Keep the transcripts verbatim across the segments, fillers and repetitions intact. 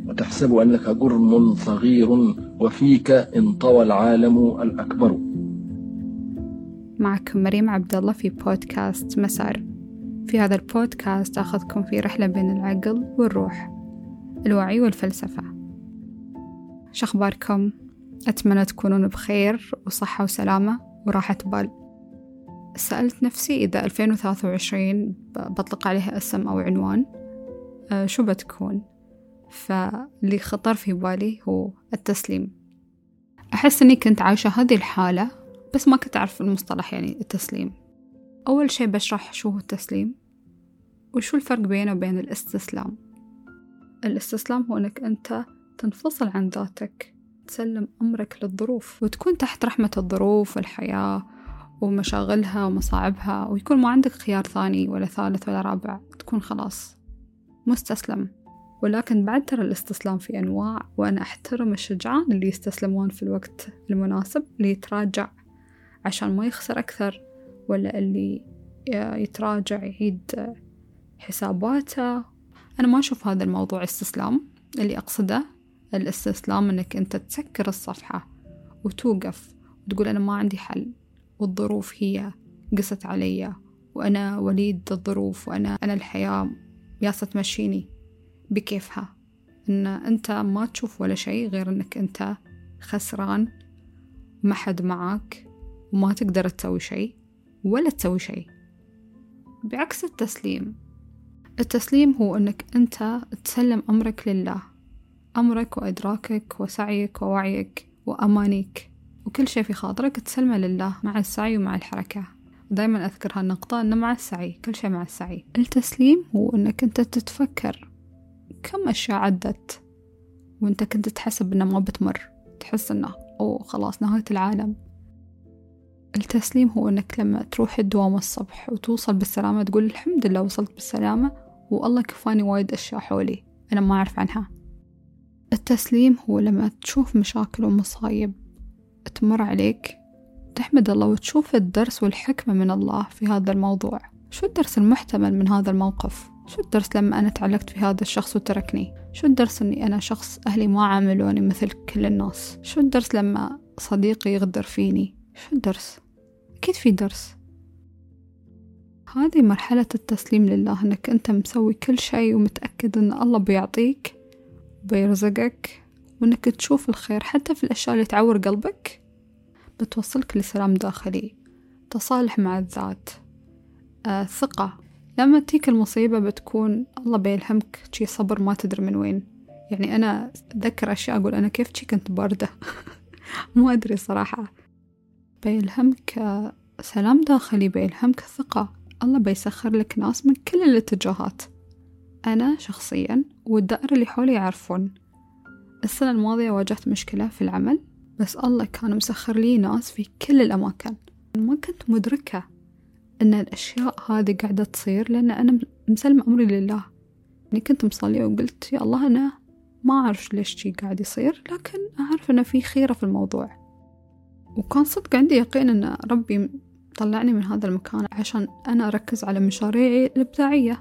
وتحسب أنك جرم صغير وفيك انطوى العالم الأكبر. معكم مريم عبد الله في بودكاست مسار. في هذا البودكاست أخذكم في رحلة بين العقل والروح، الوعي والفلسفة. شخباركم؟ أتمنى تكونون بخير وصحة وسلامة وراحة بال. سألت نفسي إذا ألفين وثلاثة وعشرين بطلق عليها اسم أو عنوان أه شو بتكون؟ فاللي خطر في بالي هو التسليم. أحس أني كنت عايشة هذه الحالة بس ما كنت أعرف المصطلح يعني التسليم. أول شيء بشرح شو هو التسليم وشو الفرق بينه وبين الاستسلام. الاستسلام هو أنك أنت تنفصل عن ذاتك، تسلم أمرك للظروف وتكون تحت رحمة الظروف والحياة ومشاغلها ومصاعبها، ويكون ما عندك خيار ثاني ولا ثالث ولا رابع، تكون خلاص مستسلم. ولكن بعد ترى الاستسلام في أنواع، وأنا أحترم الشجعان اللي يستسلمون في الوقت المناسب، اللي يتراجع عشان ما يخسر أكثر، ولا اللي يتراجع يعيد حساباته. أنا ما أشوف هذا الموضوع استسلام. اللي أقصده الاستسلام أنك أنت تسكر الصفحة وتوقف وتقول أنا ما عندي حل، والظروف هي قست علي، وأنا وليد الظروف، وأنا أنا الحياة ياسة تمشيني بكيفها. إن أنت ما تشوف ولا شيء غير أنك أنت خسران، ما حد معك، وما تقدر تسوي شيء ولا تسوي شيء. بعكس التسليم، التسليم هو أنك أنت تسلم أمرك لله، أمرك وإدراكك وسعيك ووعيك وأمانيك وكل شيء في خاطرك تسلمه لله مع السعي ومع الحركة. دايما أذكر هالنقطة، أنه مع السعي، كل شيء مع السعي. التسليم هو أنك أنت تتفكر كم أشياء عدت وأنت كنت تحسب أنه ما بتمر، تحس أنه أوه خلاص نهاية العالم. التسليم هو أنك لما تروح الدوام الصبح وتوصل بالسلامة تقول الحمد لله وصلت بالسلامة، والله كفاني وايد أشياء حولي أنا ما أعرف عنها. التسليم هو لما تشوف مشاكل ومصايب تمر عليك تحمد الله وتشوف الدرس والحكمة من الله في هذا الموضوع. شو الدرس المحتمل من هذا الموقف؟ شو الدرس لما أنا تعلقت في هذا الشخص وتركني؟ شو الدرس أني أنا شخص أهلي ما عاملوني مثل كل الناس؟ شو الدرس لما صديقي يغدر فيني؟ شو الدرس؟ أكيد في درس. هذه مرحلة التسليم لله، أنك أنت مسوي كل شيء ومتأكد أن الله بيعطيك بيرزقك، وأنك تشوف الخير حتى في الأشياء اللي تعور قلبك، بتوصلك لسلام داخلي، تصالح مع الذات، آه، ثقة. لما تيك المصيبة بتكون الله بيلهمك شي صبر ما تدري من وين. يعني أنا أذكر أشياء أقول أنا كيف شي كنت باردة ما أدري صراحة. بيلهمك آه، سلام داخلي، بيلهمك ثقة. الله بيسخر لك ناس من كل الاتجاهات. أنا شخصيا والدائرة اللي حولي يعرفون السنة الماضية واجهت مشكلة في العمل، بس الله كان مسخر لي ناس في كل الأماكن. ما كنت مدركة أن الأشياء هذه قاعدة تصير لأن أنا مسلمة أمري لله. يعني كنت مصلية وقلت يا الله أنا ما أعرف ليش شي قاعد يصير، لكن أعرف أن في خيرة في الموضوع. وكان صدق عندي يقين أن ربي طلعني من هذا المكان عشان أنا أركز على مشاريعي الإبداعية.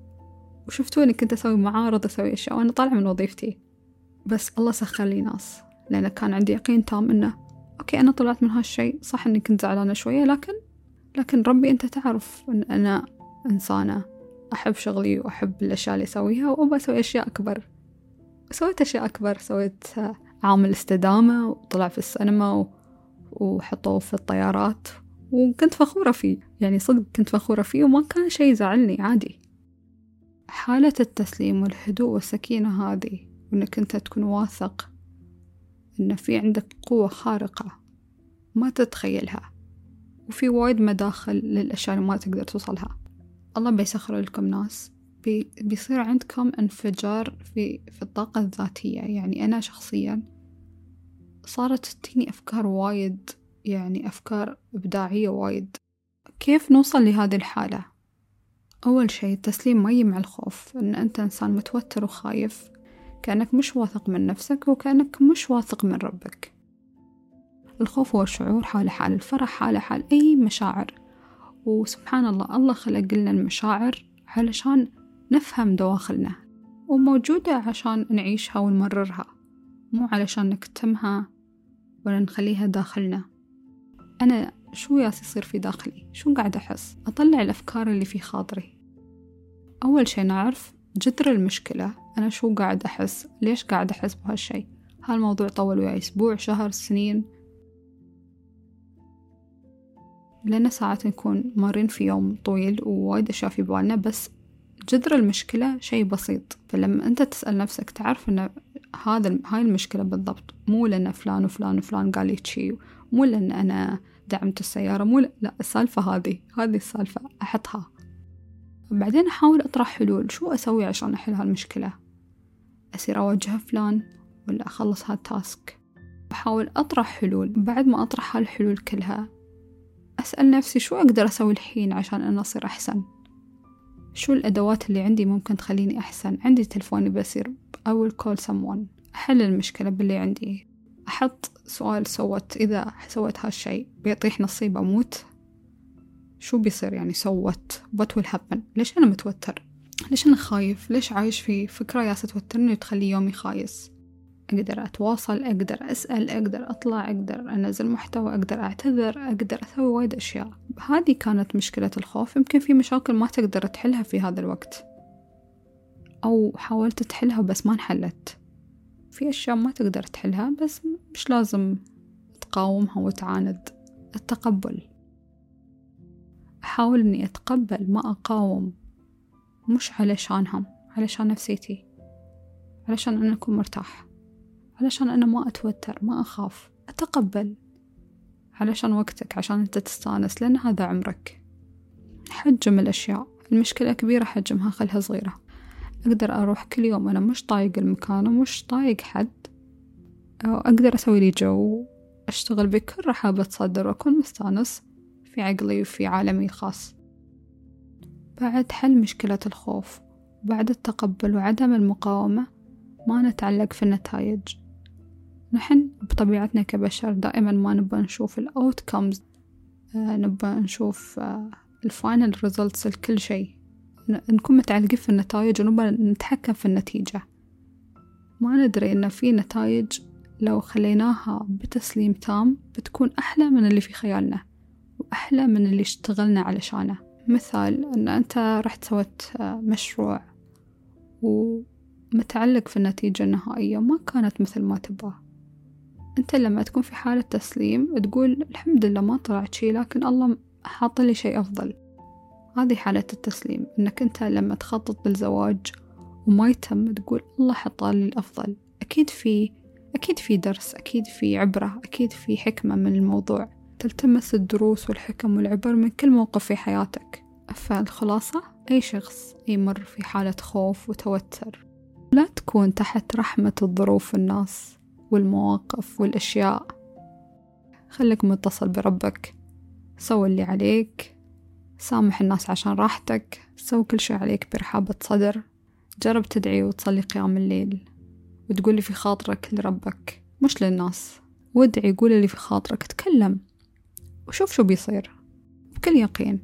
وشفتوني كنت أسوي معارض، أسوي أشياء وأنا طالعة من وظيفتي، بس الله سخر لي ناس لأن كان عندي يقين تام إنه أوكي أنا طلعت من هالشيء صح إني كنت زعلانة شوية، لكن لكن ربي أنت تعرف إن أنا إنسانة أحب شغلي وأحب الأشياء اللي أسويها وأبى أسوي أشياء أكبر. سويت أشياء أكبر، سويت عامل استدامة وطلع في السينما وحطوه في الطيارات وكنت فخورة فيه. يعني صدق كنت فخورة فيه وما كان شيء زعلني، عادي. حالة التسليم والهدوء والسكينة هذه، وإنك أنت تكون واثق إن في عندك قوة خارقة ما تتخيلها، وفي وايد مداخل للأشياء اللي ما تقدر توصلها. الله بيسخر لكم ناس، بي بيصير عندكم انفجار في في الطاقة الذاتية. يعني أنا شخصيا صارت تجيني أفكار وايد، يعني أفكار إبداعية وايد. كيف نوصل لهذه الحالة؟ أول شيء التسليم ما يجي مع الخوف، إن أنت إنسان متوتر وخايف، كأنك مش واثق من نفسك وكأنك مش واثق من ربك. الخوف هو شعور حال حال، الفرح حال حال، أي مشاعر. وسبحان الله الله خلق لنا المشاعر علشان نفهم دواخلنا، وموجودة عشان نعيشها ونمررها، مو علشان نكتمها ولا نخليها داخلنا. أنا شو ياس يصير في داخلي؟ شو قاعد أحس؟ أطلع الأفكار اللي في خاطري. أول شي نعرف جذر المشكلة، أنا شو قاعد أحس؟ ليش قاعد أحس بهالشي؟ هالموضوع طول وياي أسبوع، شهر، سنين؟ لأن ساعات نكون مارين في يوم طويل ووايد أشياء في بالنا، بس جذر المشكلة شيء بسيط. فلما أنت تسأل نفسك تعرف أن هذا هاي المشكلة بالضبط، مو لأن فلان وفلان وفلان قال لي شيء، مو لأن أنا دعمت السيارة، مو ل... لا السالفة هذه هذه السالفة أحطها. بعدين أحاول أطرح حلول، شو أسوي عشان أحل هالمشكلة؟ أصير أواجه فلان ولا أخلص هالتاسك؟ أحاول أطرح حلول. بعد ما أطرح هالحلول كلها أسأل نفسي شو أقدر أسوي الحين عشان أنا أصير أحسن؟ شو الأدوات اللي عندي ممكن تخليني أحسن؟ عندي تلفوني بصير I will call someone، أحل المشكلة باللي عندي. أحط سؤال، سوت إذا سوت هالشي بيطيح نصيب أموت؟ شو بيصير يعني سوت؟ what will happen؟ ليش أنا متوتر؟ ليش أنا خايف؟ ليش عايش في فكرة ياسة توترني وتخلي يومي خايس؟ أقدر أتواصل، أقدر أسأل، أقدر أطلع، أقدر أنزل محتوى، أقدر أعتذر، أقدر أسوي وايد أشياء. هذه كانت مشكلة الخوف. يمكن في مشاكل ما تقدر تحلها في هذا الوقت، أو حاولت تحلها بس ما انحلت. في أشياء ما تقدر تحلها بس مش لازم تقاومها وتعاند. التقبل، أحاول أني أتقبل ما أقاوم، مش علشانهم، علشان نفسيتي، علشان أنا أكون مرتاح، علشان أنا ما أتوتر، ما أخاف. أتقبل علشان وقتك، عشان أنت تستانس، لأن هذا عمرك. حجم الأشياء، المشكلة كبيرة حجمها خلها صغيرة. أقدر أروح كل يوم أنا مش طايق المكان ومش طايق حد، أو أقدر أسوي لي جو، أشتغل بكل رحابة صدر وأكون مستانس في عقلي وفي عالمي الخاص. بعد حل مشكلة الخوف، بعد التقبل وعدم المقاومة، ما نتعلق في النتائج. نحن بطبيعتنا كبشر دائما ما نبغى نشوف ال outcomes، آه نبغى نشوف آه ال final results لكل شيء، نكون متعلقين في النتائج ونبغى نتحكم في النتيجة. ما ندري إن في نتائج لو خليناها بتسليم تام بتكون أحلى من اللي في خيالنا وأحلى من اللي اشتغلنا علشانه. مثال أن أنت رحت سويت آه مشروع ومتعلق في النتيجة النهائية ما كانت مثل ما تبغى. أنت لما تكون في حالة تسليم تقول الحمد لله ما طلعت شيء، لكن الله حاط لي شيء أفضل. هذه حالة التسليم. إنك أنت لما تخطط للزواج وما يتم تقول الله حط لي الأفضل. أكيد في أكيد في درس، أكيد في عبرة، أكيد في حكمة من الموضوع. تلتمس الدروس والحكم والعبر من كل موقف في حياتك. فالخلاصة، أي شخص يمر في حالة خوف وتوتر لا تكون تحت رحمة الظروف والناس والمواقف والأشياء. خليك متصل بربك، سوي اللي عليك، سامح الناس عشان راحتك، سوي كل شيء عليك برحابة صدر. جرب تدعي وتصلي قيام الليل وتقول اللي في خاطرك لربك مش للناس. وادعي، قول اللي في خاطرك، تكلم وشوف شو بيصير بكل يقين.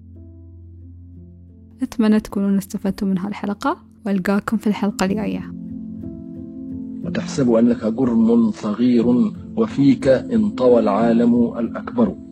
أتمنى تكونوا استفدتوا من هالحلقة، وألقاكم في الحلقة الجاية. وتحسب أنك جرم صغير وفيك انطوى العالم الأكبر.